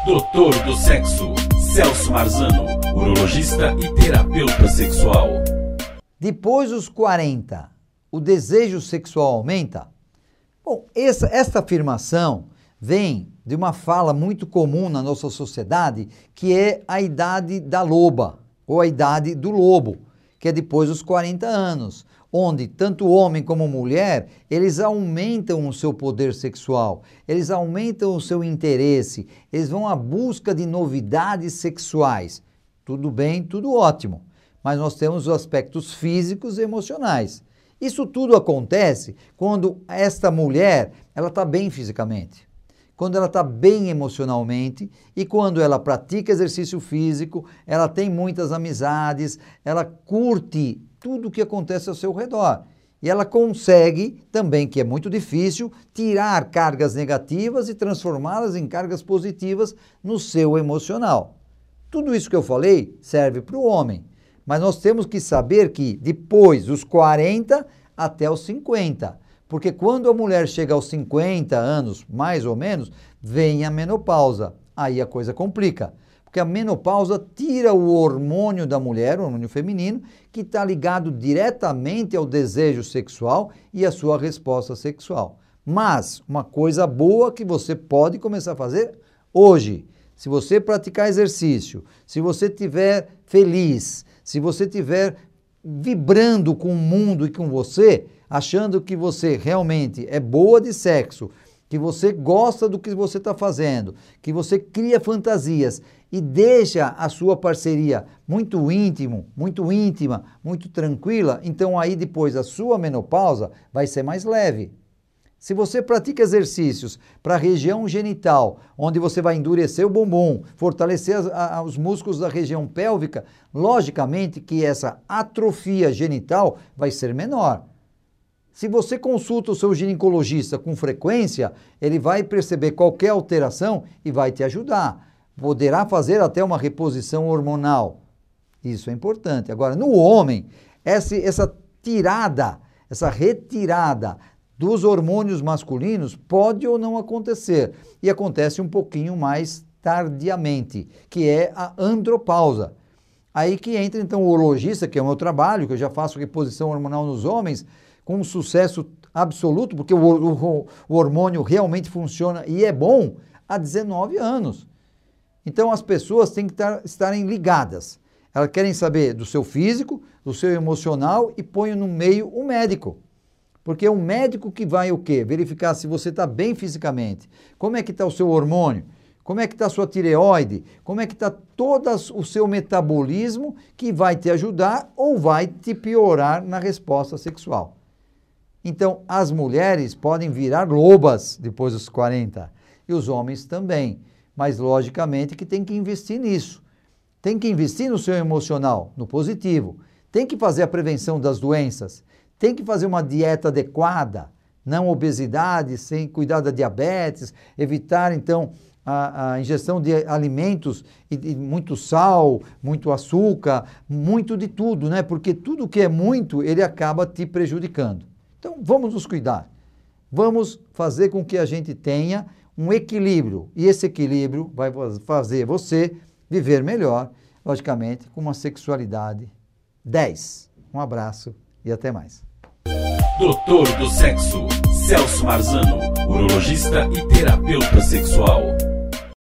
Doutor do Sexo, Celso Marzano, urologista e terapeuta sexual. Depois dos 40, o desejo sexual aumenta? Bom, esta afirmação vem de uma fala muito comum na nossa sociedade, que é a idade da loba, ou a idade do lobo, que é depois dos 40 anos, onde tanto homem como mulher, eles aumentam o seu poder sexual, eles aumentam o seu interesse, eles vão à busca de novidades sexuais. Tudo bem, tudo ótimo, mas nós temos os aspectos físicos e emocionais. Isso tudo acontece quando esta mulher, ela está bem fisicamente, quando ela está bem emocionalmente e quando ela pratica exercício físico, ela tem muitas amizades, ela curte tudo o que acontece ao seu redor. E ela consegue, também que é muito difícil, tirar cargas negativas e transformá-las em cargas positivas no seu emocional. Tudo isso que eu falei serve para o homem, mas nós temos que saber que depois dos 40 até os 50, porque quando a mulher chega aos 50 anos, mais ou menos, vem a menopausa. Aí a coisa complica. Porque a menopausa tira o hormônio da mulher, o hormônio feminino, que está ligado diretamente ao desejo sexual e à sua resposta sexual. Mas uma coisa boa que você pode começar a fazer hoje, se você praticar exercício, se você estiver feliz, se você estiver vibrando com o mundo e com você, achando que você realmente é boa de sexo, que você gosta do que você está fazendo, que você cria fantasias e deixa a sua parceria muito íntima, muito tranquila, então aí depois a sua menopausa vai ser mais leve. Se você pratica exercícios para a região genital, onde você vai endurecer o bumbum, fortalecer os músculos da região pélvica, logicamente que essa atrofia genital vai ser menor. Se você consulta o seu ginecologista com frequência, ele vai perceber qualquer alteração e vai te ajudar. Poderá fazer até uma reposição hormonal. Isso é importante. Agora, no homem, essa retirada dos hormônios masculinos pode ou não acontecer. E acontece um pouquinho mais tardiamente, que é a andropausa. Aí que entra então o urologista, que é o meu trabalho, que eu já faço reposição hormonal nos homens, com um sucesso absoluto, porque o hormônio realmente funciona e é bom há 19 anos. Então as pessoas têm que estarem ligadas. Elas querem saber do seu físico, do seu emocional e põem no meio o médico. Porque é o médico que vai o quê? Verificar se você está bem fisicamente, como é que está o seu hormônio, como é que está a sua tireoide, como é que está todo o seu metabolismo que vai te ajudar ou vai te piorar na resposta sexual. Então, as mulheres podem virar lobas depois dos 40 e os homens também, mas logicamente que tem que investir nisso. Tem que investir no seu emocional, no positivo. Tem que fazer a prevenção das doenças. Tem que fazer uma dieta adequada, não obesidade, sem cuidar da diabetes, evitar então a ingestão de alimentos e muito sal, muito açúcar, muito de tudo, né? Porque tudo que é muito, ele acaba te prejudicando. Então, vamos nos cuidar, vamos fazer com que a gente tenha um equilíbrio, e esse equilíbrio vai fazer você viver melhor, logicamente, com uma sexualidade 10. Um abraço e até mais. Doutor do Sexo, Celso Marzano, urologista e terapeuta sexual.